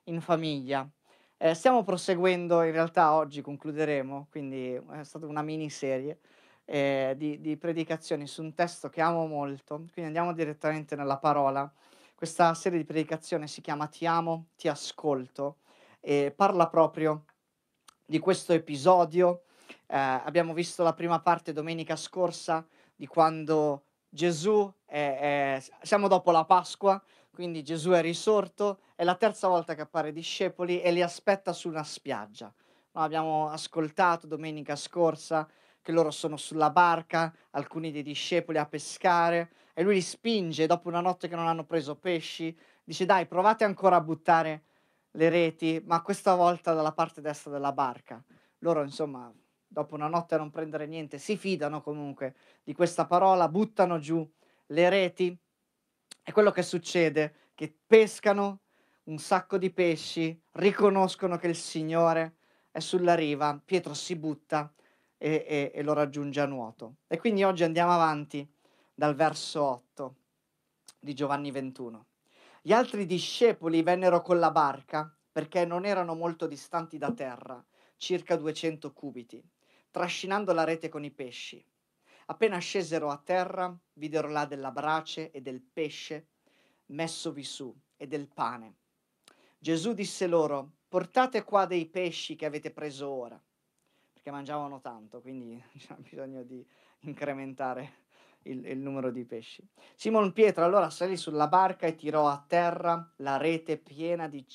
in famiglia. Stiamo proseguendo, in realtà oggi concluderemo, quindi è stata una miniserie, di predicazioni su un testo che amo molto, quindi andiamo direttamente nella parola. Questa serie di predicazione si chiama "Ti amo, ti ascolto" e parla proprio di questo episodio. Abbiamo visto la prima parte domenica scorsa di quando Gesù siamo dopo la Pasqua, quindi Gesù è risorto, è la terza volta che appare ai discepoli e li aspetta su una spiaggia. No, abbiamo ascoltato domenica scorsa che loro sono sulla barca, alcuni dei discepoli a pescare e lui li spinge dopo una notte che non hanno preso pesci, dice: "Dai, provate ancora a buttare le reti, ma questa volta dalla parte destra della barca". Loro insomma, dopo una notte a non prendere niente, si fidano comunque di questa parola, buttano giù le reti e quello che succede, che pescano un sacco di pesci, riconoscono che il Signore è sulla riva, Pietro si butta e lo raggiunge a nuoto. E quindi oggi andiamo avanti dal verso 8 di Giovanni 21. Gli altri discepoli vennero con la barca perché non erano molto distanti da terra, circa 200 cubiti, trascinando la rete con i pesci. Appena scesero a terra, videro là della brace e del pesce messovi su e del pane. Gesù disse loro: "Portate qua dei pesci che avete preso ora", perché mangiavano tanto, quindi c'era bisogno di incrementare il numero di pesci. Simon Pietro allora salì sulla barca e tirò a terra la rete piena di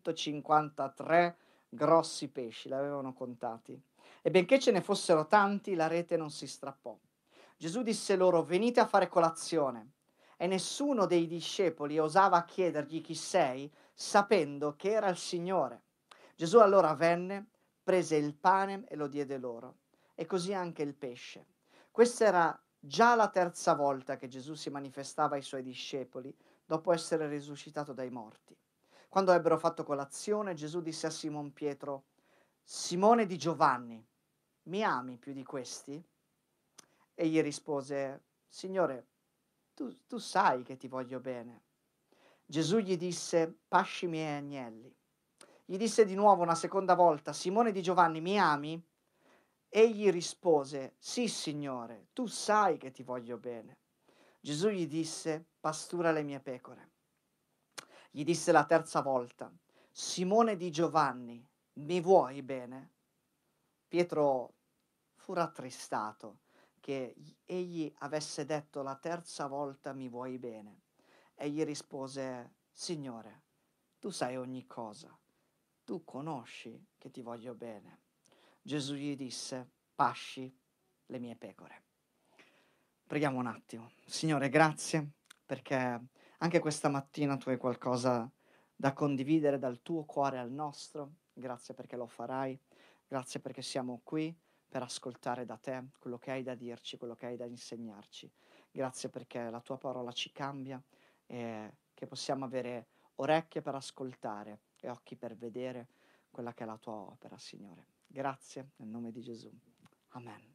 153 grossi pesci, l'avevano contati. E benché ce ne fossero tanti, la rete non si strappò. Gesù disse loro: "Venite a fare colazione". E nessuno dei discepoli osava chiedergli: "Chi sei?", sapendo che era il Signore. Gesù allora venne, prese il pane e lo diede loro, e così anche il pesce. Questa era già la terza volta che Gesù si manifestava ai suoi discepoli dopo essere risuscitato dai morti. Quando ebbero fatto colazione, Gesù disse a Simon Pietro: "Simone di Giovanni, mi ami più di questi?" Egli rispose: "Signore, tu sai che ti voglio bene". Gesù gli disse: "Pasci i miei agnelli". Gli disse di nuovo una seconda volta: "Simone di Giovanni, mi ami?" Egli rispose: "Sì, Signore, tu sai che ti voglio bene". Gesù gli disse: "Pastura le mie pecore". Gli disse la terza volta: "Simone di Giovanni, mi vuoi bene?" Pietro fu rattristato che egli avesse detto la terza volta: "Mi vuoi bene?" Egli rispose: "Signore, tu sai ogni cosa, tu conosci che ti voglio bene". Gesù gli disse: "Pasci le mie pecore". Preghiamo un attimo. Signore, grazie perché anche questa mattina tu hai qualcosa da condividere dal tuo cuore al nostro. Grazie perché lo farai. Grazie perché siamo qui per ascoltare da te quello che hai da dirci, quello che hai da insegnarci. Grazie perché la tua parola ci cambia e che possiamo avere orecchie per ascoltare e occhi per vedere quella che è la tua opera, Signore. Grazie nel nome di Gesù. Amen.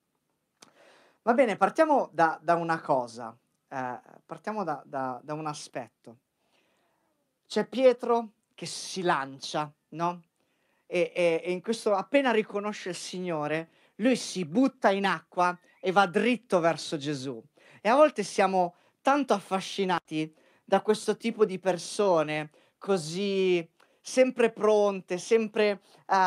Va bene, partiamo da una cosa, partiamo da un aspetto. C'è Pietro che si lancia, no, e in questo appena riconosce il Signore, lui si butta in acqua e va dritto verso Gesù. E a volte siamo tanto affascinati da questo tipo di persone, così sempre pronte, sempre,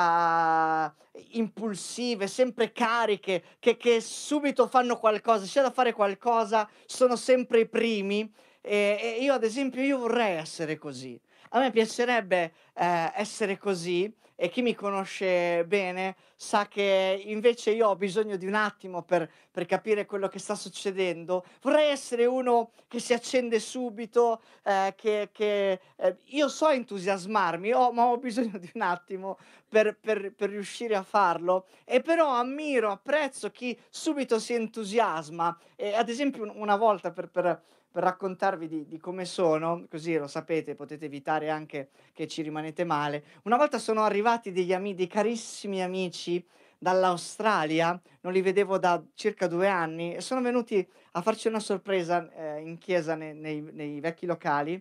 impulsive, sempre cariche, che subito fanno qualcosa, se c'è da fare qualcosa sono sempre i primi, e io ad esempio io vorrei essere così. A me piacerebbe, essere così e chi mi conosce bene sa che invece io ho bisogno di un attimo per capire quello che sta succedendo. Vorrei essere uno che si accende subito, io so entusiasmarmi, ma ho bisogno di un attimo per riuscire a farlo e però ammiro, apprezzo chi subito si entusiasma. E ad esempio una volta per raccontarvi di come sono, così lo sapete, potete evitare anche che ci rimanete male. Una volta sono arrivati dei carissimi amici dall'Australia, non li vedevo da circa 2 anni e sono venuti a farci una sorpresa, in chiesa nei vecchi locali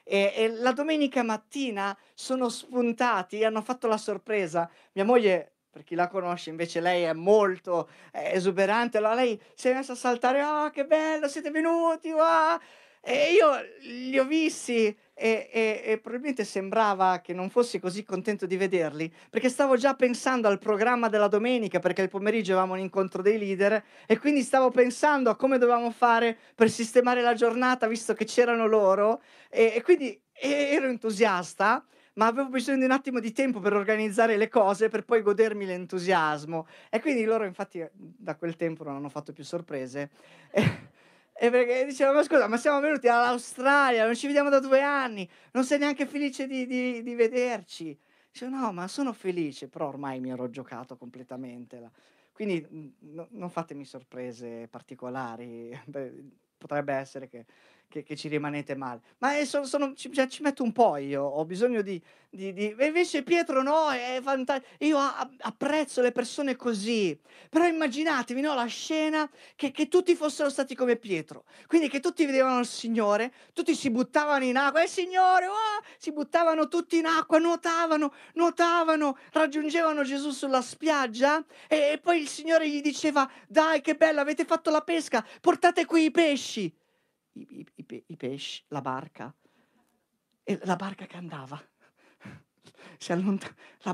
e la domenica mattina sono spuntati, hanno fatto la sorpresa. Mia moglie, per chi la conosce, invece lei è molto, esuberante, allora lei si è messa a saltare: "Ah, che bello, siete venuti, ah!" E io li ho visti e probabilmente sembrava che non fossi così contento di vederli, perché stavo già pensando al programma della domenica, perché il pomeriggio avevamo un incontro dei leader e quindi stavo pensando a come dovevamo fare per sistemare la giornata, visto che c'erano loro, e quindi ero entusiasta, ma avevo bisogno di un attimo di tempo per organizzare le cose, per poi godermi l'entusiasmo. E quindi loro infatti, da quel tempo non hanno fatto più sorprese. E perché dicevano: "Ma scusa, ma siamo venuti dall'Australia, non ci vediamo da 2 anni, non sei neanche felice di vederci?" Dicevo: "No, ma sono felice", però ormai mi ero giocato completamente la quindi, non fatemi sorprese particolari, beh, potrebbe essere che ci rimanete male. Ma, sono ci metto un po' io, ho bisogno di e invece Pietro no, è io apprezzo le persone così. Però immaginatevi, no, la scena che tutti fossero stati come Pietro, quindi che tutti vedevano il Signore, tutti si buttavano in acqua: Signore, ah!" Si buttavano tutti in acqua, nuotavano, raggiungevano Gesù sulla spiaggia e poi il Signore gli diceva: "Dai, che bello, avete fatto la pesca, portate qui i pesci." I pesci, la barca, e la barca che andava. Si allonta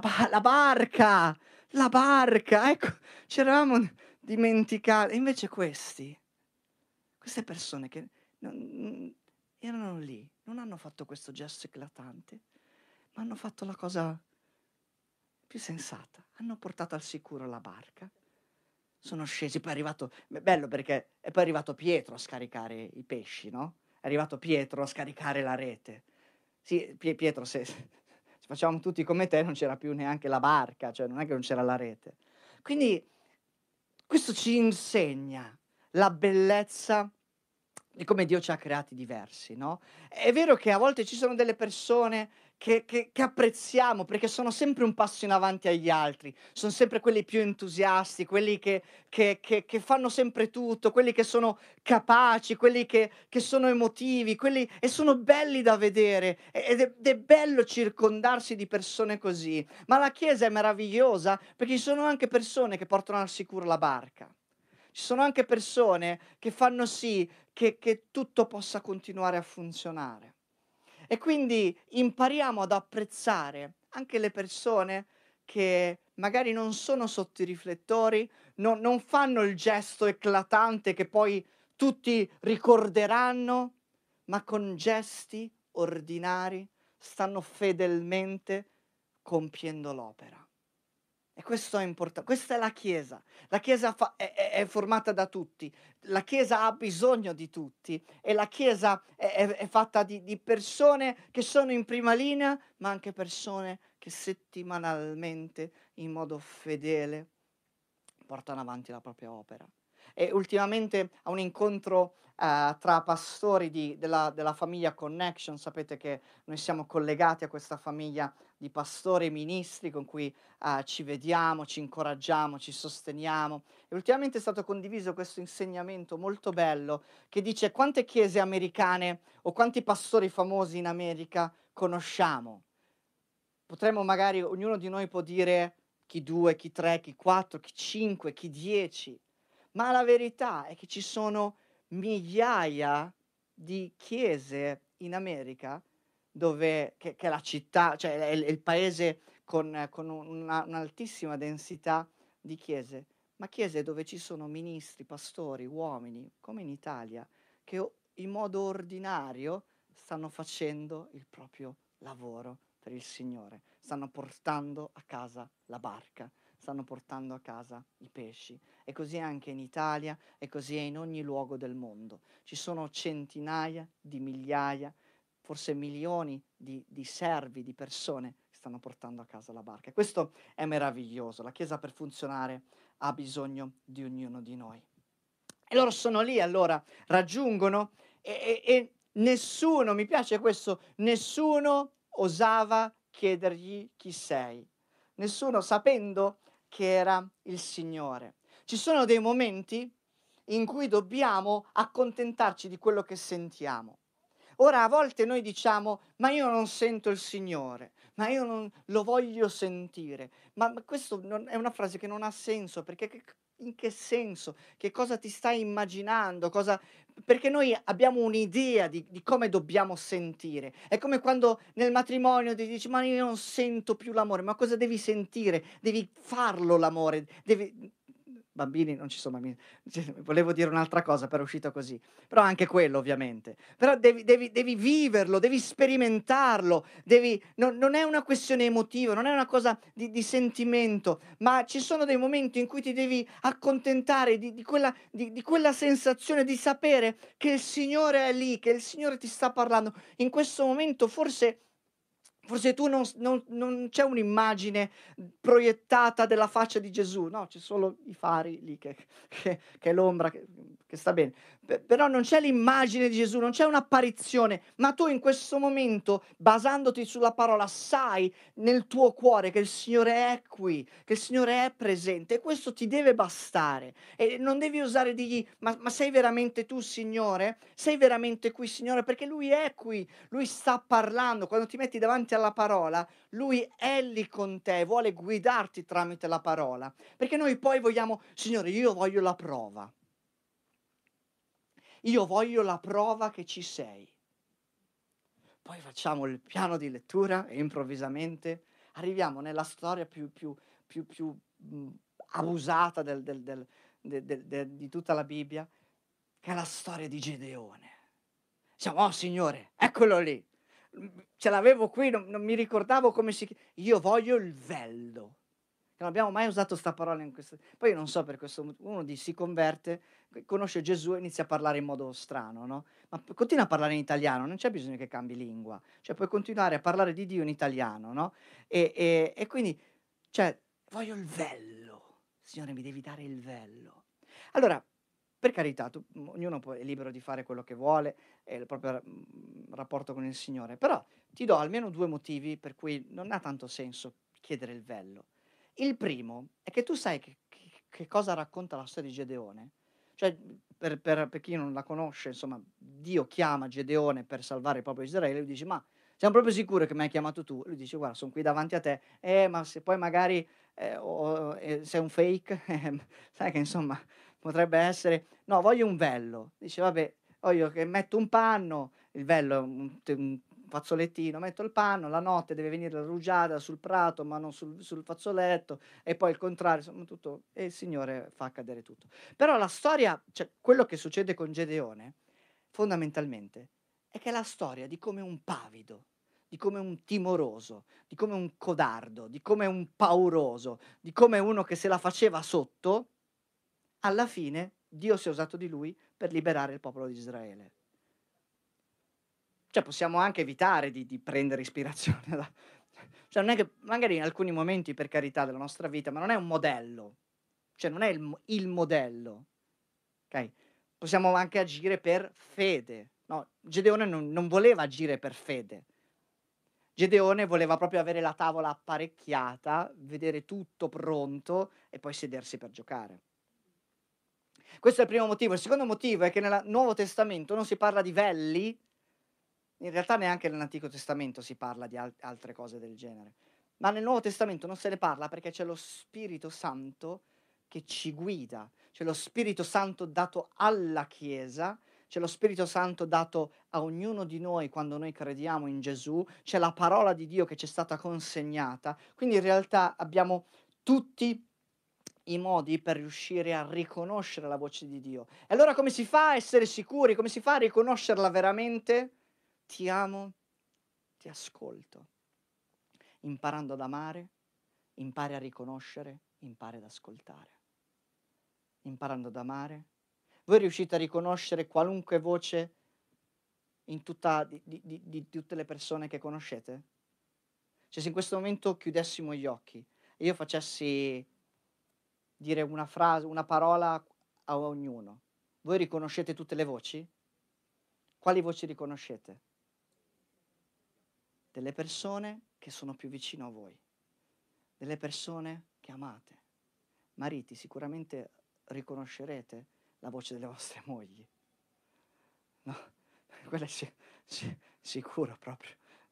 la barca, ecco, c'eravamo dimentica e invece queste persone che erano lì, non hanno fatto questo gesto eclatante, ma hanno fatto la cosa più sensata. Hanno portato al sicuro la barca, sono scesi, poi è arrivato bello perché è poi arrivato Pietro a scaricare i pesci, no, è arrivato Pietro a scaricare la rete. Sì, Pietro se facevamo tutti come te non c'era più neanche la barca, cioè non è che non c'era la rete. Quindi questo ci insegna la bellezza di come Dio ci ha creati diversi, no, è vero che a volte ci sono delle persone che apprezziamo perché sono sempre un passo in avanti agli altri, son sempre quelli più entusiasti, quelli che fanno sempre tutto, quelli che sono capaci, quelli che sono emotivi, quelli e sono belli da vedere ed è bello circondarsi di persone così. Ma la Chiesa è meravigliosa perché ci sono anche persone che portano al sicuro la barca. Ci sono anche persone che fanno sì che tutto possa continuare a funzionare. E quindi impariamo ad apprezzare anche le persone che magari non sono sotto i riflettori, non fanno il gesto eclatante che poi tutti ricorderanno, ma con gesti ordinari stanno fedelmente compiendo l'opera. E questo è questa è la Chiesa. La Chiesa è formata da tutti, la Chiesa ha bisogno di tutti e la Chiesa è fatta di persone che sono in prima linea, ma anche persone che settimanalmente, in modo fedele, portano avanti la propria opera. E ultimamente a un incontro, tra pastori della famiglia Connection, sapete che noi siamo collegati a questa famiglia di pastori e ministri con cui, ci vediamo, ci incoraggiamo, ci sosteniamo e ultimamente è stato condiviso questo insegnamento molto bello che dice: "Quante chiese americane o quanti pastori famosi in America conosciamo?" Potremmo magari ognuno di noi può dire chi 2, chi 3, chi 4, chi 5, chi 10, ma la verità è che ci sono migliaia di chiese in America dove che è la città, cioè è il paese con un'altissima densità di chiese, ma chiese dove ci sono ministri, pastori, uomini, come in Italia, che in modo ordinario stanno facendo il proprio lavoro per il Signore. Stanno portando a casa la barca, stanno portando a casa i pesci. E così è anche in Italia e così è in ogni luogo del mondo. Ci sono centinaia di migliaia, forse milioni di servi, di persone che stanno portando a casa la barca. E questo è meraviglioso. La Chiesa per funzionare ha bisogno di ognuno di noi. E loro sono lì allora, raggiungono e nessuno, mi piace questo, nessuno osava chiedergli: "Chi sei?" Nessuno sapendo che era il Signore. Ci sono dei momenti in cui dobbiamo accontentarci di quello che sentiamo. Ora a volte noi diciamo: "Ma io non sento il Signore, ma io non lo voglio sentire". Ma questo non è una frase che non ha senso, perché in che senso? Che cosa ti stai immaginando? Cosa perché noi abbiamo un'idea di come dobbiamo sentire. È come quando nel matrimonio ti dici: "Ma io non sento più l'amore". Ma cosa devi sentire? Devi farlo l'amore, devi bambini non ci sono bambini, cioè volevo dire un'altra cosa, però è uscito così. Però anche quello ovviamente. Però devi viverlo, devi sperimentarlo, non è una questione emotiva, non è una cosa di sentimento, ma ci sono dei momenti in cui ti devi accontentare di quella sensazione di sapere che il Signore è lì, che il Signore ti sta parlando. In questo momento forse tu non c'è un'immagine proiettata della faccia di Gesù, no, c'è solo i fari lì che è l'ombra che sta bene. Però non c'è l'immagine di Gesù, non c'è un'apparizione, ma tu in questo momento, basandoti sulla parola, sai nel tuo cuore che il Signore è qui, che il Signore è presente e questo ti deve bastare. E non devi osare dirgli: "Ma sei veramente tu Signore? Sei veramente qui Signore?" Perché Lui è qui, Lui sta parlando. Quando ti metti davanti alla parola, Lui è lì con te, vuole guidarti tramite la parola. Perché noi poi vogliamo: "Signore, io voglio la prova. Io voglio la prova che ci sei." Poi facciamo il piano di lettura e improvvisamente arriviamo nella storia più abusata di tutta la Bibbia, che è la storia di Gedeone. Diciamo: "Oh Signore, eccolo lì. Ce l'avevo qui, non mi ricordavo come io voglio il vello." Non abbiamo mai usato 'sta parola in questo poi non so per questo uno si converte, conosce Gesù e inizia a parlare in modo strano, no, ma continua a parlare in italiano, non c'è bisogno che cambi lingua. Cioè puoi continuare a parlare di Dio in italiano, no, e quindi cioè: "Voglio il vello. Signore mi devi dare il vello." Allora, per carità, ognuno poi è libero di fare quello che vuole, è il proprio rapporto con il Signore, però ti do almeno 2 motivi per cui non ha tanto senso chiedere il vello. Il primo è che tu sai che cosa racconta la storia di Gedeone? Cioè, per chi non la conosce, insomma, Dio chiama Gedeone per salvare il popolo di Israele, lui dice: "Ma siam proprio sicuro che m'hai chiamato tu?" Lui dice: "Guarda, son qui davanti a te." Ma se poi magari, sei un fake, sai che insomma potrebbe essere no, voglio un vello. Dice: "Vabbè, voglio che metto un panno", il vello è un fazzolettino, metto il panno, la notte deve venire la rugiada sul prato, ma non sul fazzoletto, e poi il contrario, insomma tutto e il Signore fa accadere tutto. Però la storia cioè quello che succede con Gedeone, fondamentalmente, è che è la storia di come un pavido, di come un timoroso, di come un codardo, di come un pauroso, di come uno che se la faceva sotto, alla fine Dio si è usato di lui per liberare il popolo di Israele. Cioè possiamo anche evitare di prendere ispirazione da cioè non è che magari in alcuni momenti, per carità, della nostra vita, ma non è un modello, cioè non è il modello, okay, possiamo anche agire per fede, no, Gedeone non voleva agire per fede. Gedeone voleva proprio avere la tavola apparecchiata, vedere tutto pronto e poi sedersi per giocare. Questo è il primo motivo. Il secondo motivo è che nella Nuovo Testamento non si parla di velli. In realtà neanche nell'Antico Testamento si parla di altre cose del genere, ma nel Nuovo Testamento non se ne parla perché c'è lo Spirito Santo che ci guida, c'è lo Spirito Santo dato alla Chiesa, c'è lo Spirito Santo dato a ognuno di noi quando noi crediamo in Gesù, c'è la parola di Dio che ci è stata consegnata, quindi in realtà abbiamo tutti i modi per riuscire a riconoscere la voce di Dio. E allora come si fa a essere sicuri? Come si fa a riconoscerla veramente? Ti amo, ti ascolto. Imparando ad amare, impari a riconoscere, impari ad ascoltare. Imparando ad amare. Voi riuscite a riconoscere qualunque voce in tutta di tutte le persone che conoscete? Cioè se in questo momento chiudessimo gli occhi e io facessi dire una frase, una parola a ognuno, voi riconoscete tutte le voci? Quali voci riconoscete? Delle persone che sono più vicino a voi, delle persone che amate. Mariti, sicuramente riconoscerete la voce delle vostre mogli, no, quella Sicuro proprio.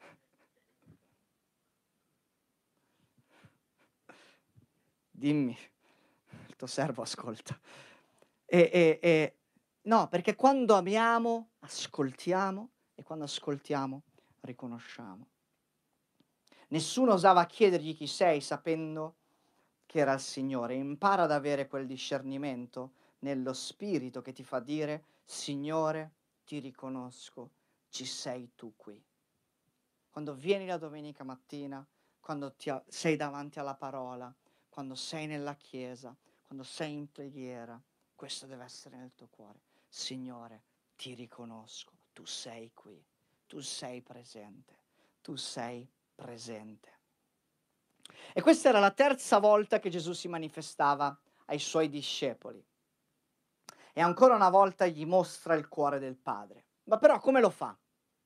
Dimmi, il tuo servo ascolta. No, perché quando amiamo, ascoltiamo e quando ascoltiamo, riconosciamo. Nessuno osava chiedergli chi sei sapendo che era il Signore. Impara ad avere quel discernimento nello spirito che ti fa dire: Signore, ti riconosco, ci sei tu qui. Quando vieni la domenica mattina, quando sei davanti alla parola, quando sei nella chiesa, quando sei in preghiera, questo deve essere nel tuo cuore. Signore, ti riconosco, tu sei qui, tu sei presente, tu sei presente. E questa era la terza volta che Gesù si manifestava ai suoi discepoli. E ancora una volta gli mostra il cuore del Padre. Ma però come lo fa?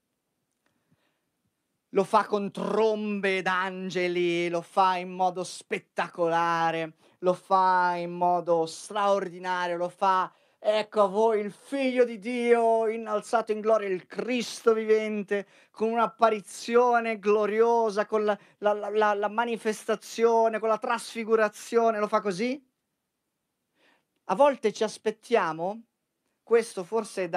Lo fa con trombe d'angeli, lo fa in modo spettacolare, lo fa in modo straordinario, lo fa, ecco a voi il Figlio di Dio innalzato in gloria, il Cristo vivente, con un'apparizione gloriosa, con la manifestazione, con la trasfigurazione, lo fa così? A volte ci aspettiamo, questo forse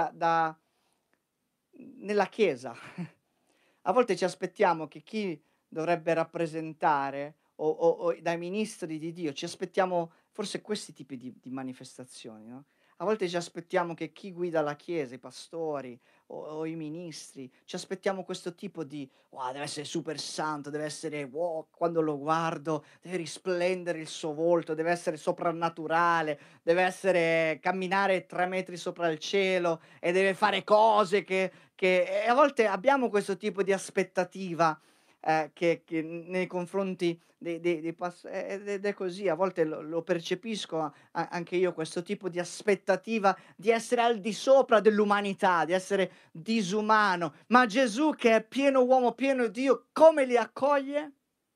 nella Chiesa, a volte ci aspettiamo che chi dovrebbe rappresentare o dai ministri di Dio, ci aspettiamo forse questi tipi di manifestazioni, no, a volte ci aspettiamo che chi guida la Chiesa, i pastori o i ministri, ci aspettiamo questo tipo di: "Wow, deve essere super santo, deve essere wow, quando lo guardo deve risplendere il suo volto, deve essere soprannaturale, deve essere camminare 3 metri sopra il cielo e deve fare cose che e a volte abbiamo questo tipo di aspettativa, che nei confronti dei ed è così, a volte lo percepisco anche io questo tipo di aspettativa di essere al di sopra dell'umanità, di essere disumano. Ma Gesù che è pieno uomo, pieno Dio, come li accoglie?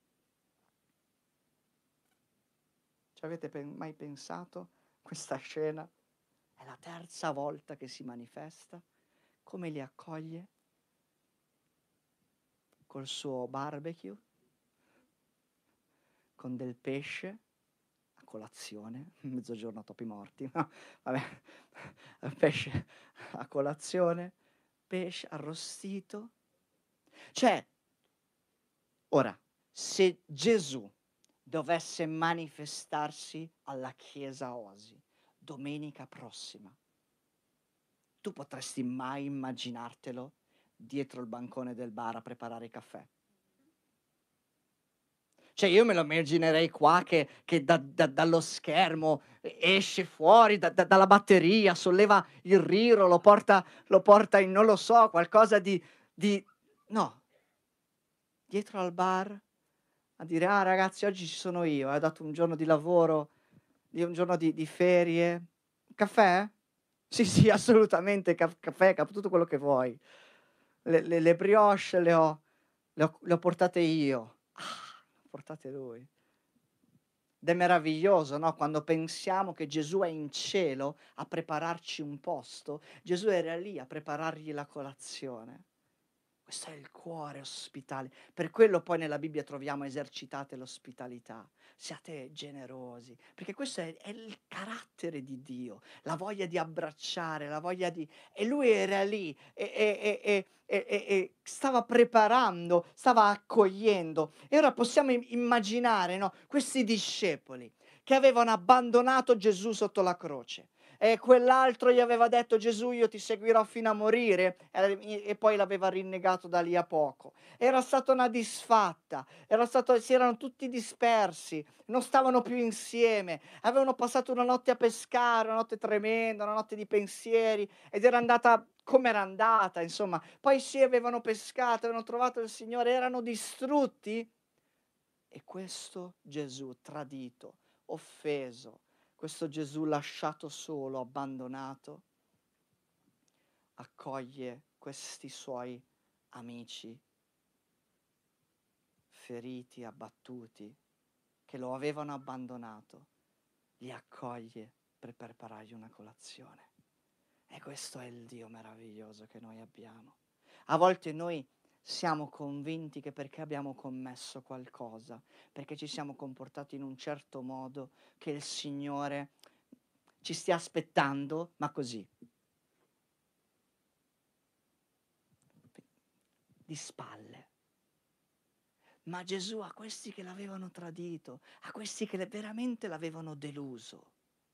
Ci avete mai pensato questa scena? È la terza volta che si manifesta. Come li accoglie? Col suo barbecue, con del pesce a colazione, mezzogiorno a topi morti, no, vabbè, pesce a colazione, pesce arrostito. Cioè, ora, se Gesù dovesse manifestarsi alla chiesa Oasi domenica prossima, tu potresti mai immaginartelo dietro il bancone del bar a preparare i caffè? Cioè io me lo immaginerei qua che dallo schermo esce fuori dalla batteria, solleva il riro, lo porta in non lo so, qualcosa di no, dietro al bar a dire: "Ah ragazzi oggi ci sono io, ho dato un giorno di lavoro, di un giorno di ferie. Caffè? Sì, sì, assolutamente, caffè, tutto quello che vuoi. Le brioche le ho portate io." Ah, le ha portate lui. Ed è meraviglioso, no, quando pensiamo che Gesù è in cielo a prepararci un posto, Gesù era lì a preparargli la colazione. Questo è il cuore ospitale. Per quello poi nella Bibbia troviamo esercitate l'ospitalità. Siate generosi, perché questo è il carattere di Dio, la voglia di abbracciare, la voglia di e lui era lì e stava preparando, stava accogliendo. E ora possiamo immaginare, no, questi discepoli che avevano abbandonato Gesù sotto la croce. E quell'altro gli aveva detto: "Gesù, io ti seguirò fino a morire", e poi l'aveva rinnegato da lì a poco. Era stata una disfatta, si erano tutti dispersi, non stavano più insieme, avevano passato una notte a pescare, una notte tremenda, una notte di pensieri, ed era andata come era andata, insomma. Poi sì, avevano pescato, avevano trovato il Signore, erano distrutti. E questo Gesù tradito, offeso, questo Gesù lasciato solo, abbandonato, accoglie questi suoi amici feriti, abbattuti, che lo avevano abbandonato, li accoglie per preparargli una colazione. E questo è il Dio meraviglioso che noi abbiamo. A volte noi siamo convinti che perché abbiamo commesso qualcosa, perché ci siamo comportati in un certo modo, che il Signore ci stia aspettando, ma così, di spalle. Ma Gesù a questi che l'avevano tradito, a questi che veramente l'avevano deluso.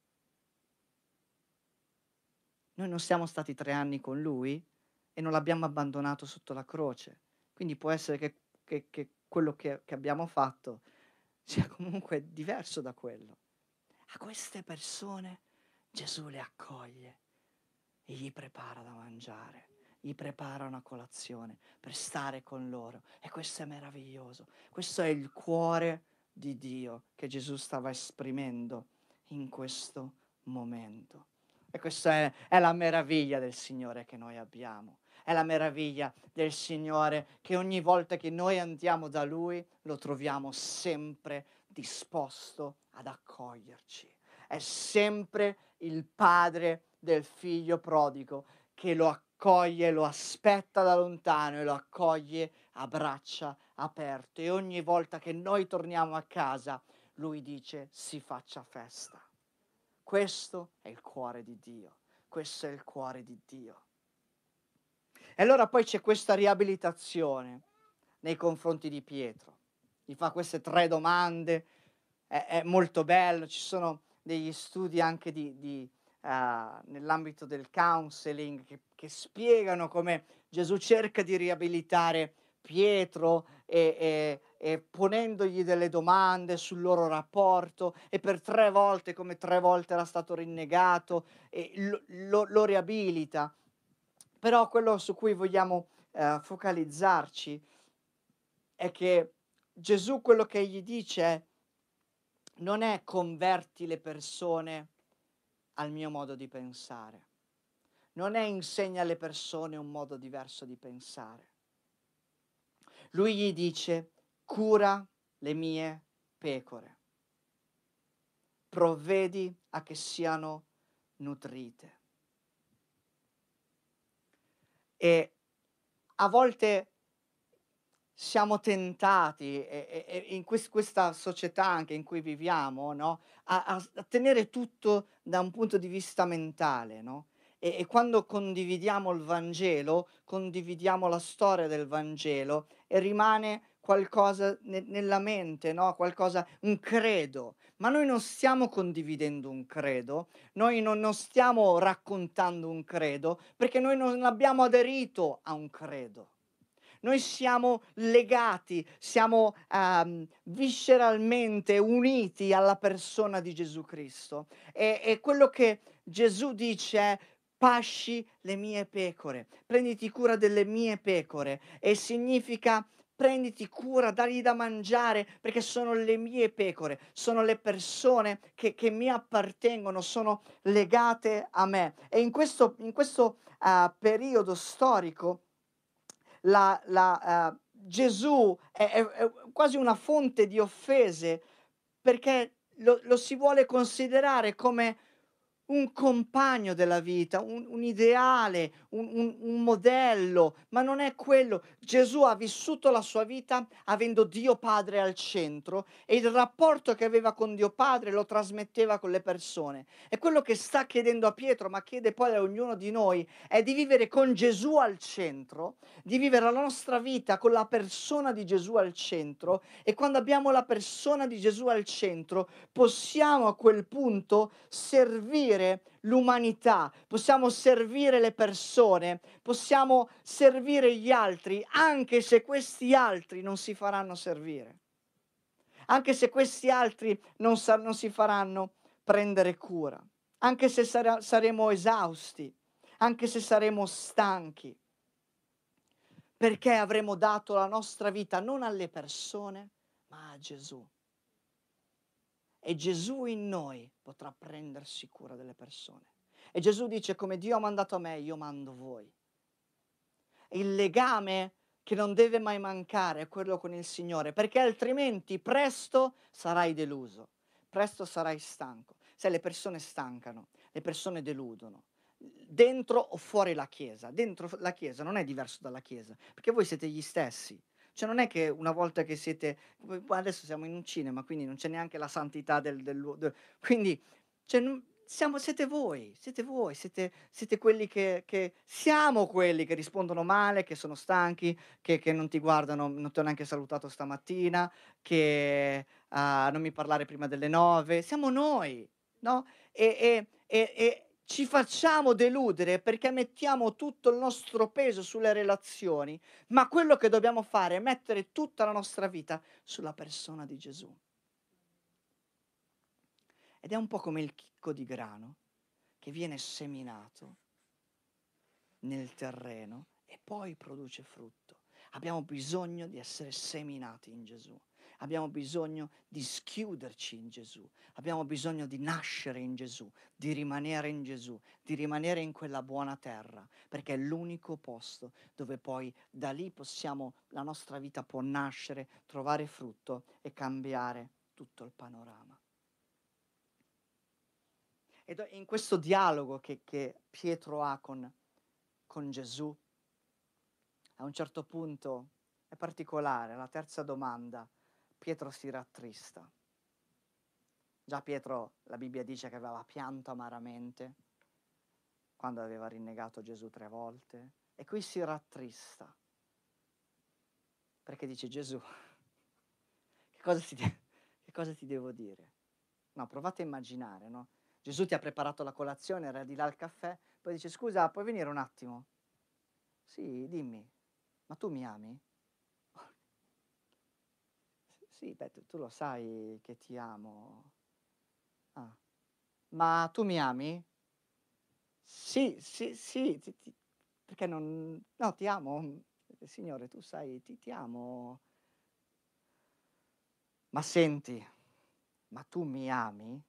Noi non siamo stati 3 anni con lui e non l'abbiamo abbandonato sotto la croce. Quindi può essere che quello che abbiamo fatto sia comunque diverso da quello. A queste persone Gesù le accoglie e gli prepara da mangiare, gli prepara una colazione per stare con loro. E questo è meraviglioso. Questo è il cuore di Dio che Gesù stava esprimendo in questo momento. E questa è la meraviglia del Signore che noi abbiamo. È la meraviglia del Signore che ogni volta che noi andiamo da Lui lo troviamo sempre disposto ad accoglierci. È sempre il padre del figlio prodigo che lo accoglie, lo aspetta da lontano e lo accoglie a braccia aperte. E ogni volta che noi torniamo a casa, lui dice: si faccia festa. Questo è il cuore di Dio. Questo è il cuore di Dio. E allora poi c'è questa riabilitazione nei confronti di Pietro. Gli fa queste 3 domande, è molto bello, ci sono degli studi anche nell'ambito del counseling che spiegano come Gesù cerca di riabilitare Pietro e ponendogli delle domande sul loro rapporto e per 3 volte, come 3 volte era stato rinnegato, e lo riabilita. Però quello su cui vogliamo, focalizzarci è che Gesù quello che gli dice non è: converti le persone al mio modo di pensare, non è: insegna alle persone un modo diverso di pensare. Lui gli dice: cura le mie pecore, provvedi a che siano nutrite. E a volte siamo tentati, e in questa società anche in cui viviamo, no, a tenere tutto da un punto di vista mentale, no, e quando condividiamo il Vangelo, condividiamo la storia del Vangelo e rimane qualcosa nella mente, no, qualcosa, un credo. Ma noi non stiamo condividendo un credo, noi non stiamo raccontando un credo, perché noi non abbiamo aderito a un credo. Noi siamo legati, siamo, visceralmente uniti alla persona di Gesù Cristo. E quello che Gesù dice è: pasci le mie pecore, prenditi cura delle mie pecore, e significa prenditi cura, dagli da mangiare, perché sono le mie pecore, sono le persone che mi appartengono, sono legate a me. E in questo periodo storico Gesù è quasi una fonte di offese, perché lo si vuole considerare come un compagno della vita, un ideale, un modello, ma non è quello. Gesù ha vissuto la sua vita avendo Dio Padre al centro e il rapporto che aveva con Dio Padre lo trasmetteva con le persone. E quello che sta chiedendo a Pietro, ma chiede poi a ognuno di noi, è di vivere con Gesù al centro, di vivere la nostra vita con la persona di Gesù al centro, e quando abbiamo la persona di Gesù al centro possiamo a quel punto servire l'umanità, possiamo servire le persone, possiamo servire gli altri, anche se questi altri non si faranno servire, anche se questi altri non si faranno prendere cura, anche se saremo esausti, anche se saremo stanchi, perché avremo dato la nostra vita non alle persone, ma a Gesù. E Gesù in noi potrà prendersi cura delle persone. E Gesù dice: come Dio ha mandato a me, io mando voi. Il legame che non deve mai mancare è quello con il Signore, perché altrimenti presto sarai deluso, presto sarai stanco. Se le persone stancano, le persone deludono, dentro o fuori la chiesa. Dentro la chiesa non è diverso dalla chiesa, perché voi siete gli stessi. Cioè non è che una volta che siete poi adesso siamo in un cinema, quindi non c'è neanche la santità del luo de quindi cioè non siete voi, siete quelli che siamo quelli che rispondono male, che sono stanchi, che non ti guardano, non ti ho neanche salutato stamattina, che, non mi parlare prima delle 9. Siamo noi, no, e ci facciamo deludere perché mettiamo tutto il nostro peso sulle relazioni, ma quello che dobbiamo fare è mettere tutta la nostra vita sulla persona di Gesù. Ed è un po' come il chicco di grano che viene seminato nel terreno e poi produce frutto. Abbiamo bisogno di essere seminati in Gesù. Abbiamo bisogno di schiuderci in Gesù. Abbiamo bisogno di nascere in Gesù, di rimanere in Gesù, di rimanere in quella buona terra, perché è l'unico posto dove poi da lì la nostra vita può nascere, trovare frutto e cambiare tutto il panorama. Ed in questo dialogo che Pietro ha con Gesù, a un certo punto è particolare, la terza domanda, Pietro si rattrista. Già Pietro, la Bibbia dice che aveva pianto amaramente quando aveva rinnegato Gesù 3 volte, e qui si rattrista, perché dice Gesù, che cosa che cosa ti devo dire? No, provate a immaginare, no? Gesù ti ha preparato la colazione, era di là al caffè, poi dice scusa, puoi venire un attimo? Sì, dimmi, ma tu mi ami? Sì, beh, tu lo sai che ti amo. Ah, ma tu mi ami? Sì, sì, sì, perché non... No, ti amo. Signore, tu sai, ti amo. Ma senti, ma tu mi ami?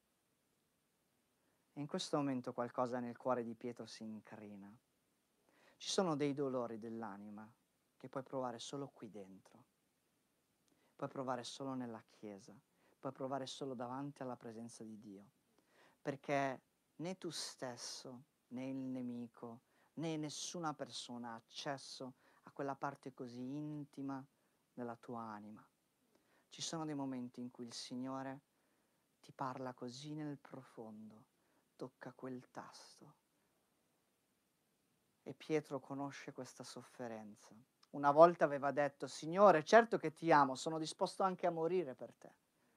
E in questo momento qualcosa nel cuore di Pietro si incrina. Ci sono dei dolori dell'anima che puoi provare solo qui dentro, puoi provare solo nella Chiesa, puoi provare solo davanti alla presenza di Dio, perché né tu stesso, né il nemico, né nessuna persona ha accesso a quella parte così intima della tua anima. Ci sono dei momenti in cui il Signore ti parla così nel profondo, tocca quel tasto. E Pietro conosce questa sofferenza. Una volta aveva detto, Signore, certo che ti amo, sono disposto anche a morire per te.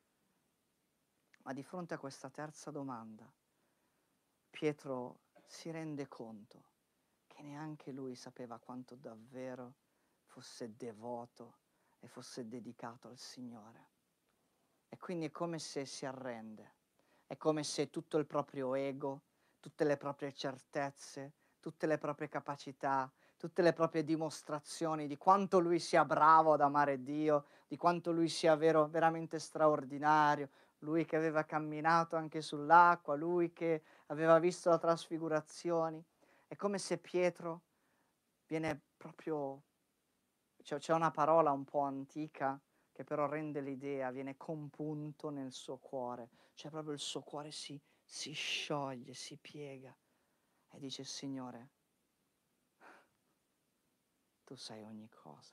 Ma di fronte a questa terza domanda, Pietro si rende conto che neanche lui sapeva quanto davvero fosse devoto e fosse dedicato al Signore. E quindi è come se si arrende, è come se tutto il proprio ego, tutte le proprie certezze, tutte le proprie capacità, tutte le proprie dimostrazioni di quanto lui sia bravo ad amare Dio, di quanto lui sia veramente straordinario, lui che aveva camminato anche sull'acqua, lui che aveva visto la trasfigurazioni. È come se Pietro viene proprio, c'è una parola un po' antica che però rende l'idea, viene compunto nel suo cuore, cioè proprio il suo cuore si scioglie, si piega e dice Signore, tu sai ogni cosa.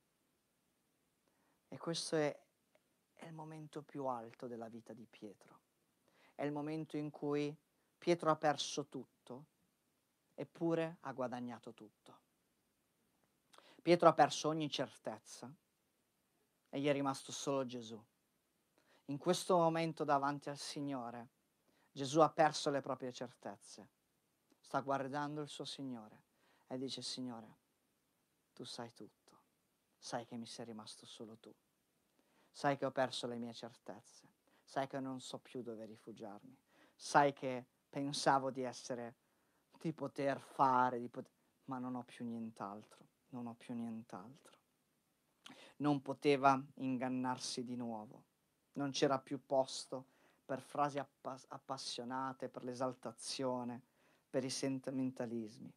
E questo è il momento più alto della vita di Pietro. È il momento in cui Pietro ha perso tutto, eppure ha guadagnato tutto. Pietro ha perso ogni certezza e gli è rimasto solo Gesù. In questo momento davanti al Signore, Gesù ha perso le proprie certezze, sta guardando il suo Signore e dice, Signore, tu sai tutto, sai che mi sei rimasto solo tu, sai che ho perso le mie certezze, sai che non so più dove rifugiarmi, sai che pensavo di poter fare, ma non ho più nient'altro, non ho più nient'altro. Non poteva ingannarsi di nuovo, non c'era più posto per frasi appassionate, per l'esaltazione, per i sentimentalismi.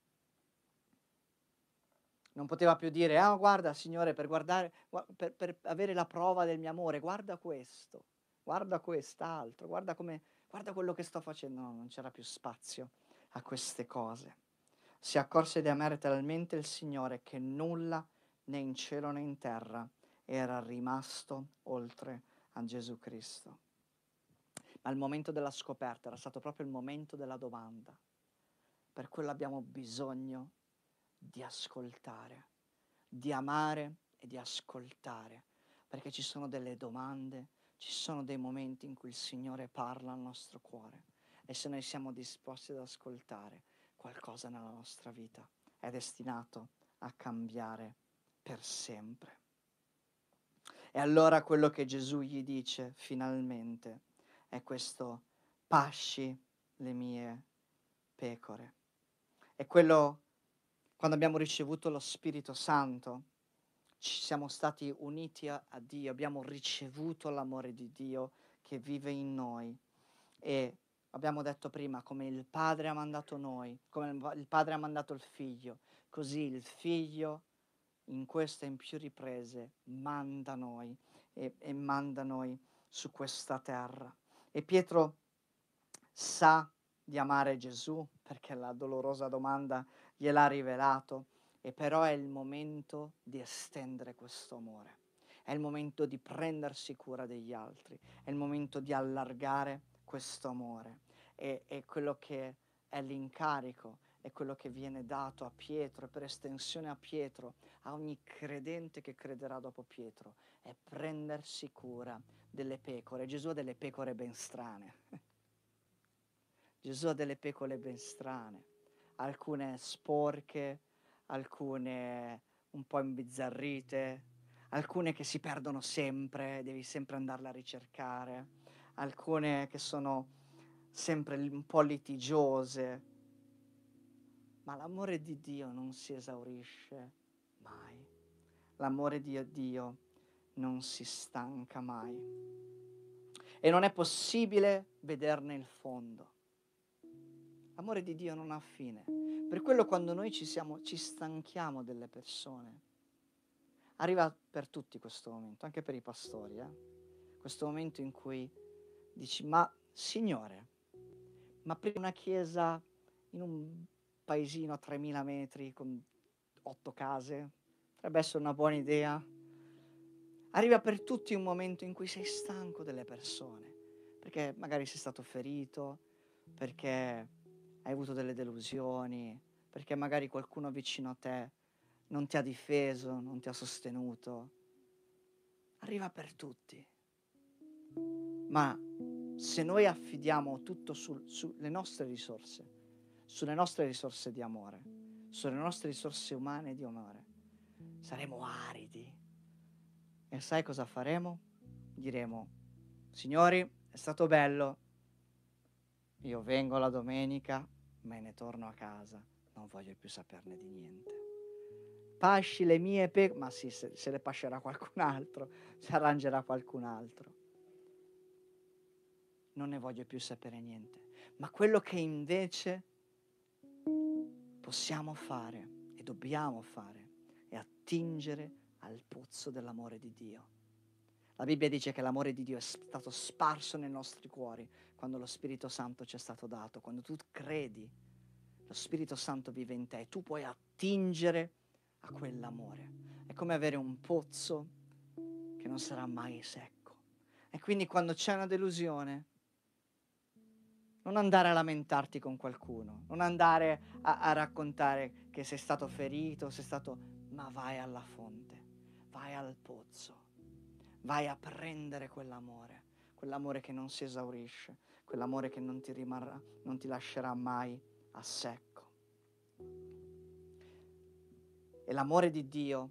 Non poteva più dire, ah guarda Signore, per avere la prova del mio amore, guarda questo, guarda quest'altro, guarda quello che sto facendo. No, non c'era più spazio a queste cose. Si accorse di amare talmente il Signore che nulla, né in cielo né in terra, era rimasto oltre a Gesù Cristo. Ma il momento della scoperta era stato proprio il momento della domanda. Per quello abbiamo bisogno di ascoltare, di amare e di ascoltare, perché ci sono delle domande, ci sono dei momenti in cui il Signore parla al nostro cuore e se noi siamo disposti ad ascoltare, qualcosa nella nostra vita è destinato a cambiare per sempre. E allora quello che Gesù gli dice finalmente è questo: pasci le mie pecore. E quello, quando abbiamo ricevuto lo Spirito Santo, ci siamo stati uniti a Dio, abbiamo ricevuto l'amore di Dio che vive in noi e abbiamo detto prima, come il Padre ha mandato noi, come il Padre ha mandato il Figlio, così il Figlio in queste e in più riprese manda noi e manda noi su questa terra. E Pietro sa di amare Gesù perché la dolorosa domanda gliel'ha rivelato, e però è il momento di estendere questo amore, è il momento di prendersi cura degli altri, è il momento di allargare questo amore. E quello che è l'incarico, è quello che viene dato a Pietro e per estensione a Pietro, a ogni credente che crederà dopo Pietro, è prendersi cura delle pecore. Gesù ha delle pecore ben strane. Gesù ha delle pecore ben strane, alcune sporche, alcune un po' imbizzarrite, alcune che si perdono sempre, devi sempre andarle a ricercare, alcune che sono sempre un po' litigiose, ma l'amore di Dio non si esaurisce mai, l'amore di Dio non si stanca mai e non è possibile vederne il fondo. L'amore di Dio non ha fine. Per quello quando noi ci stanchiamo delle persone, arriva per tutti questo momento, anche per i pastori, questo momento in cui dici: ma Signore, ma aprire una chiesa in un paesino a 3000 metri con 8 case potrebbe essere una buona idea? Arriva per tutti un momento in cui sei stanco delle persone, perché magari sei stato ferito, perché hai avuto delle delusioni, perché magari qualcuno vicino a te non ti ha difeso, non ti ha sostenuto. Arriva per tutti. Ma se noi affidiamo tutto sulle nostre risorse di amore, sulle nostre risorse umane di amore, saremo aridi. E sai cosa faremo? Diremo: Signori, è stato bello, io vengo la domenica, me ne torno a casa, non voglio più saperne di niente. Pasci le mie pecore, ma sì, se le pascerà qualcun altro, si arrangerà qualcun altro. Non ne voglio più sapere niente. Ma quello che invece possiamo fare e dobbiamo fare è attingere al pozzo dell'amore di Dio. La Bibbia dice che l'amore di Dio è stato sparso nei nostri cuori quando lo Spirito Santo ci è stato dato. Quando tu credi, lo Spirito Santo vive in te e tu puoi attingere a quell'amore. È come avere un pozzo che non sarà mai secco. E quindi quando c'è una delusione, non andare a lamentarti con qualcuno, non andare a raccontare che sei stato ferito, ma vai alla fonte, vai al pozzo, vai a prendere quell'amore che non si esaurisce, quell'amore che non ti rimarrà, non ti lascerà mai a secco. E l'amore di Dio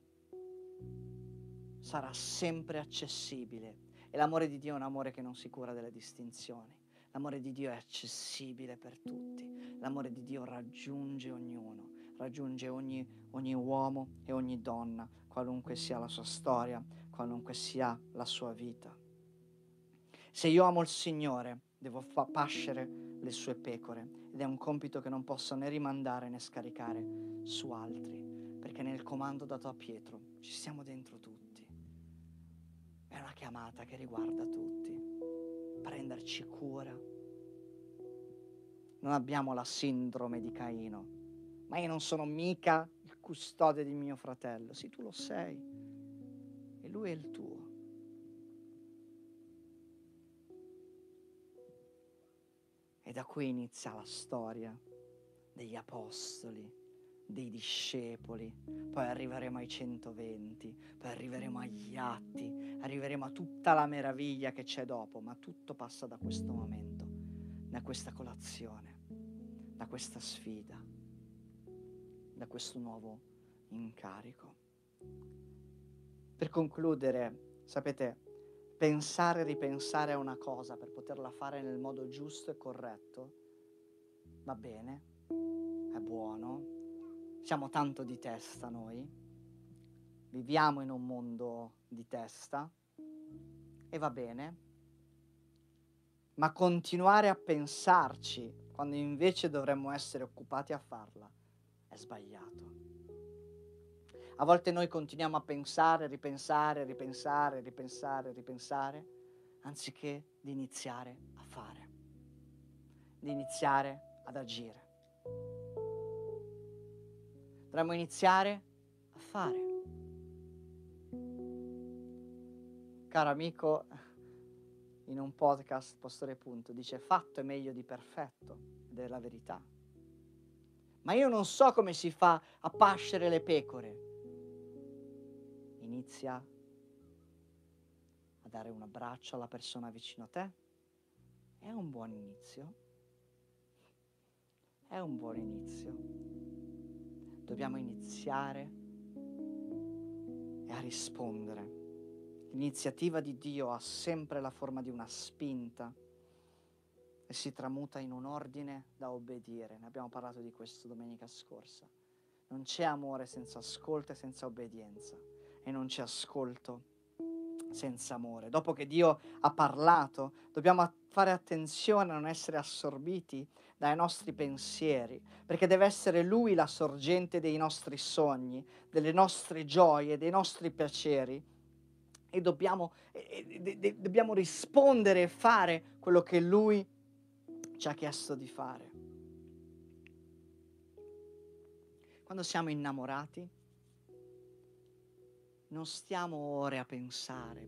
sarà sempre accessibile. E l'amore di Dio è un amore che non si cura delle distinzioni. L'amore di Dio è accessibile per tutti. L'amore di Dio raggiunge ognuno, raggiunge ogni uomo e ogni donna, qualunque sia la sua storia, qualunque sia la sua vita. Se io amo il Signore, devo pascere le sue pecore ed è un compito che non posso né rimandare né scaricare su altri, perché nel comando dato a Pietro ci siamo dentro tutti. È una chiamata che riguarda tutti, prenderci cura Non abbiamo la sindrome di Caino. Ma io non sono mica il custode di mio fratello. Sì, tu lo sei. E lui è il tuo. E da qui inizia la storia degli apostoli, dei discepoli, poi arriveremo ai 120, poi arriveremo agli atti, arriveremo a tutta la meraviglia che c'è dopo, ma tutto passa da questo momento, da questa colazione, da questa sfida, da questo nuovo incarico. Per concludere, sapete, pensare e ripensare a una cosa per poterla fare nel modo giusto e corretto va bene, è buono, siamo tanto di testa noi, viviamo in un mondo di testa e va bene, ma continuare a pensarci quando invece dovremmo essere occupati a farla è sbagliato. A volte noi continuiamo a pensare, ripensare, anziché di iniziare a fare, di iniziare ad agire. Dovremmo iniziare a fare. Caro amico, in un podcast, Pastore Punto, dice: fatto è meglio di perfetto, ed è la verità. Ma io non so come si fa a pascere le pecore. Inizia a dare un abbraccio alla persona vicino a te. È un buon inizio. È un buon inizio. Dobbiamo iniziare a rispondere. L'iniziativa di Dio ha sempre la forma di una spinta e si tramuta in un ordine da obbedire. Ne abbiamo parlato di questo domenica scorsa. Non c'è amore senza ascolto e senza obbedienza, e non c'è ascolto senza amore. Dopo che Dio ha parlato, dobbiamo fare attenzione a non essere assorbiti dai nostri pensieri, perché deve essere Lui la sorgente dei nostri sogni, delle nostre gioie, dei nostri piaceri, e dobbiamo rispondere e fare quello che Lui ci ha chiesto di fare. Quando siamo innamorati, non stiamo ore a pensare,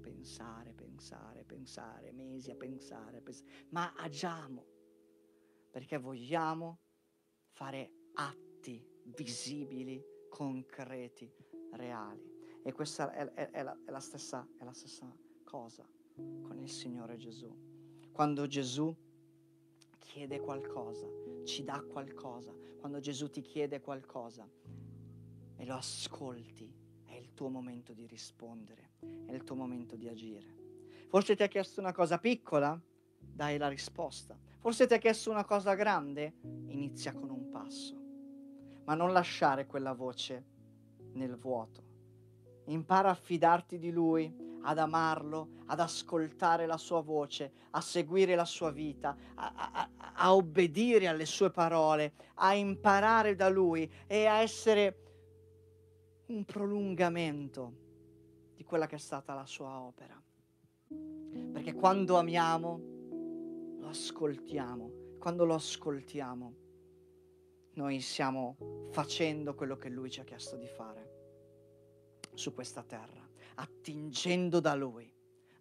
mesi a pensare, ma agiamo, perché vogliamo fare atti visibili, concreti, reali. E questa è la stessa cosa con il Signore Gesù. Quando Gesù chiede qualcosa, ci dà qualcosa, quando Gesù ti chiede qualcosa e lo ascolti, è il tuo momento di rispondere, è il tuo momento di agire. Forse ti ha chiesto una cosa piccola? Dai la risposta. Forse ti ha chiesto una cosa grande? Inizia con un passo. Ma non lasciare quella voce nel vuoto. Impara a fidarti di Lui, ad amarlo, ad ascoltare la sua voce, a seguire la sua vita, a obbedire alle sue parole, a imparare da Lui e a essere un prolungamento di quella che è stata la sua opera. Perché quando amiamo, lo ascoltiamo. Quando lo ascoltiamo, noi stiamo facendo quello che Lui ci ha chiesto di fare su questa terra, attingendo da Lui.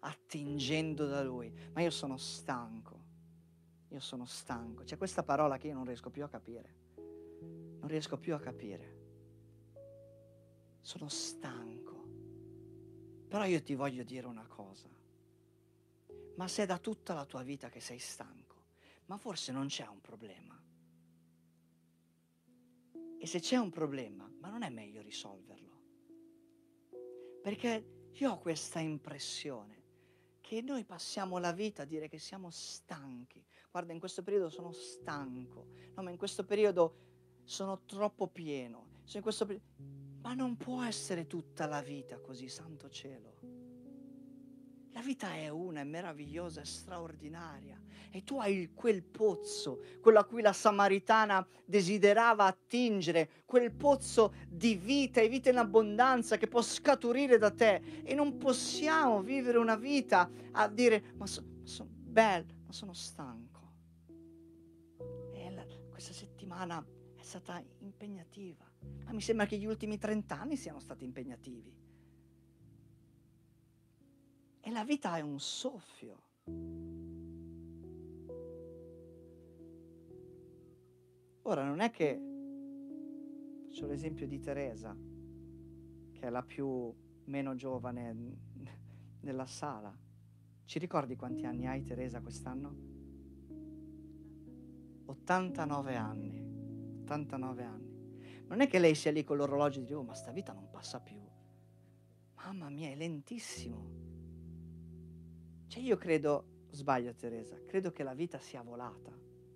Ma io sono stanco. C'è questa parola che io non riesco più a capire. Sono stanco. Però io ti voglio dire una cosa. Ma se è da tutta la tua vita che sei stanco, ma forse non c'è un problema. E se c'è un problema, ma non è meglio risolverlo? Perché io ho questa impressione che noi passiamo la vita a dire che siamo stanchi. Guarda, in questo periodo sono stanco. No, ma in questo periodo sono troppo pieno. Ma non può essere tutta la vita così, santo cielo. La vita è una, è meravigliosa, è straordinaria. E tu hai quel pozzo, quello a cui la Samaritana desiderava attingere, quel pozzo di vita e vita in abbondanza che può scaturire da te. E non possiamo vivere una vita a dire, ma sono bello, ma sono stanco. questa settimana è stata impegnativa, ma mi sembra che gli ultimi 30 anni siano stati impegnativi. E la vita è un soffio. Ora non è che, faccio l'esempio di Teresa, che è la più meno giovane nella sala. Ci ricordi quanti anni hai, Teresa, quest'anno? 89 anni. 89 anni. Non è che lei sia lì con l'orologio e dice, oh, ma sta vita non passa più. Mamma mia, è lentissimo. Cioè io credo, sbaglio Teresa, credo che la vita sia volata.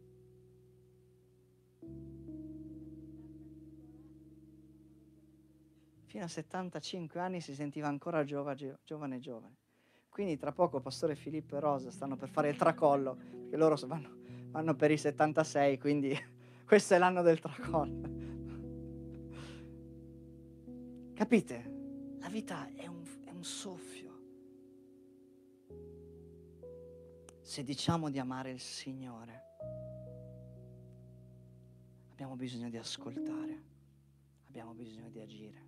Fino a 75 anni si sentiva ancora giovane. Quindi tra poco Pastore Filippo e Rosa stanno per fare il tracollo, perché loro vanno per i 76, quindi questo è l'anno del tracollo. Capite? La vita è un soffio. Se diciamo di amare il Signore, abbiamo bisogno di ascoltare, abbiamo bisogno di agire.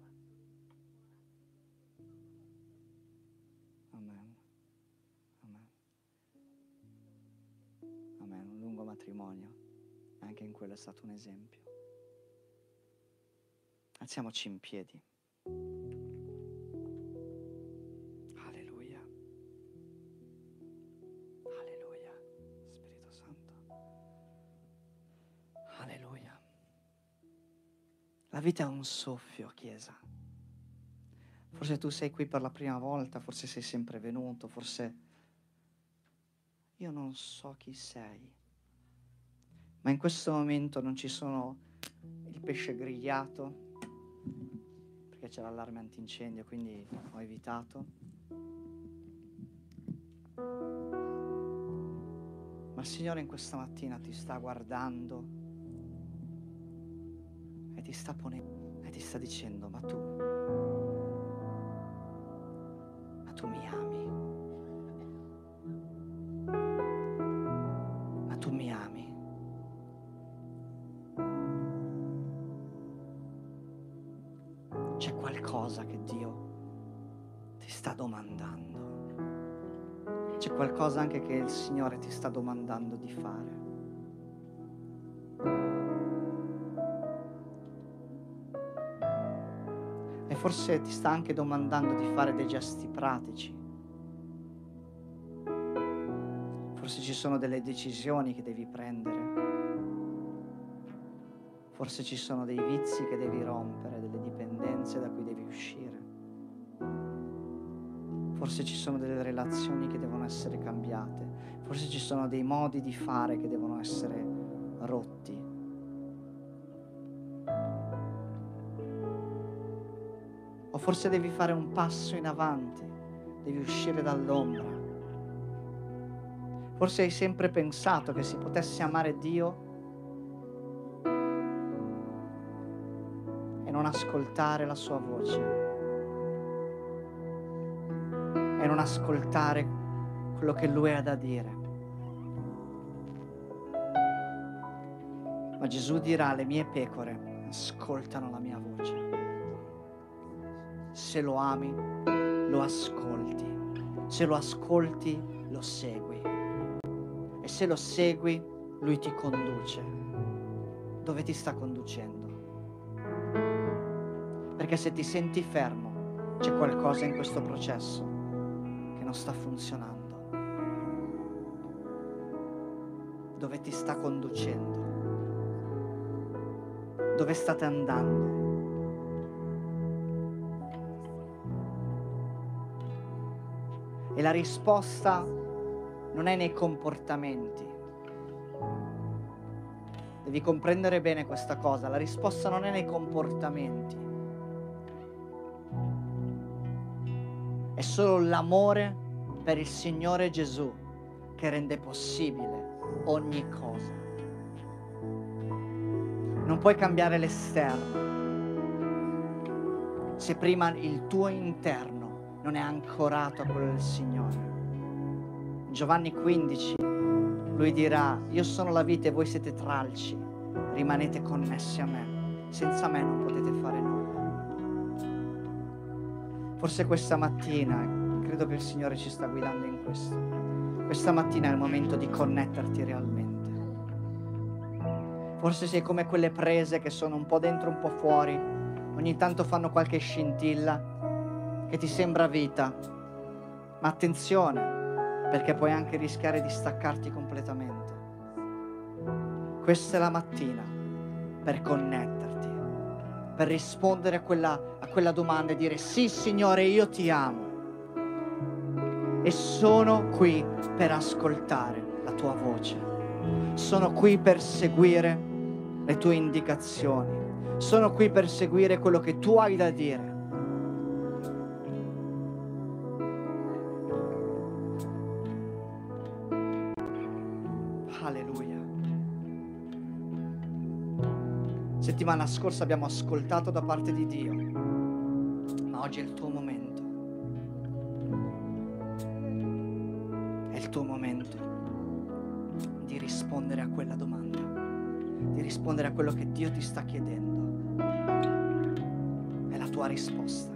Amen. Amen. Amen. Un lungo matrimonio, anche in quello è stato un esempio. Alziamoci in piedi. Alleluia. Alleluia. Spirito Santo. Alleluia. La vita è un soffio, Chiesa. Forse tu sei qui per la prima volta, forse sei sempre venuto, forse io non so chi sei, ma in questo momento non ci sono il pesce grigliato, perché c'è l'allarme antincendio, quindi ho evitato. Ma il Signore in questa mattina ti sta guardando e ti sta ponendo e ti sta dicendo, ma tu mi ami, ma tu mi ami. C'è qualcosa che Dio ti sta domandando. C'è qualcosa anche che il Signore ti sta domandando di fare. E forse ti sta anche domandando di fare dei gesti pratici. Forse ci sono delle decisioni che devi prendere. Forse ci sono dei vizi che devi rompere, delle dipendenze da cui devi uscire. Forse ci sono delle relazioni che devono essere cambiate. Forse ci sono dei modi di fare che devono essere rotti. O forse devi fare un passo in avanti, devi uscire dall'ombra. Forse hai sempre pensato che si potesse amare Dio e non ascoltare la sua voce, e non ascoltare quello che Lui ha da dire. Ma Gesù dirà, le mie pecore ascoltano la mia voce. Se lo ami, lo ascolti. Se lo ascolti, lo segui. E se lo segui, Lui ti conduce. Dove ti sta conducendo? Perché se ti senti fermo, c'è qualcosa in questo processo che non sta funzionando. Dove ti sta conducendo? Dove state andando? E la risposta non è nei comportamenti. Devi comprendere bene questa cosa. La risposta non è nei comportamenti. È solo l'amore per il Signore Gesù che rende possibile ogni cosa. Non puoi cambiare l'esterno se prima il tuo interno non è ancorato a quello del Signore. In Giovanni 15 lui dirà, io sono la vite e voi siete tralci, rimanete connessi a me. Senza me non potete fare nulla. Forse questa mattina, credo che il Signore ci sta guidando in questo. Questa mattina è il momento di connetterti realmente. Forse sei come quelle prese che sono un po' dentro, un po' fuori, ogni tanto fanno qualche scintilla che ti sembra vita. Ma attenzione, perché puoi anche rischiare di staccarti completamente. Questa è la mattina per connetterti, per rispondere a quella domanda e dire: sì, Signore, io ti amo e sono qui per ascoltare la tua voce, sono qui per seguire le tue indicazioni, sono qui per seguire quello che tu hai da dire. Alleluia. Settimana scorsa abbiamo ascoltato da parte di Dio, ma oggi è il tuo momento. È il tuo momento di rispondere a quella domanda, di rispondere a quello che Dio ti sta chiedendo. È la tua risposta.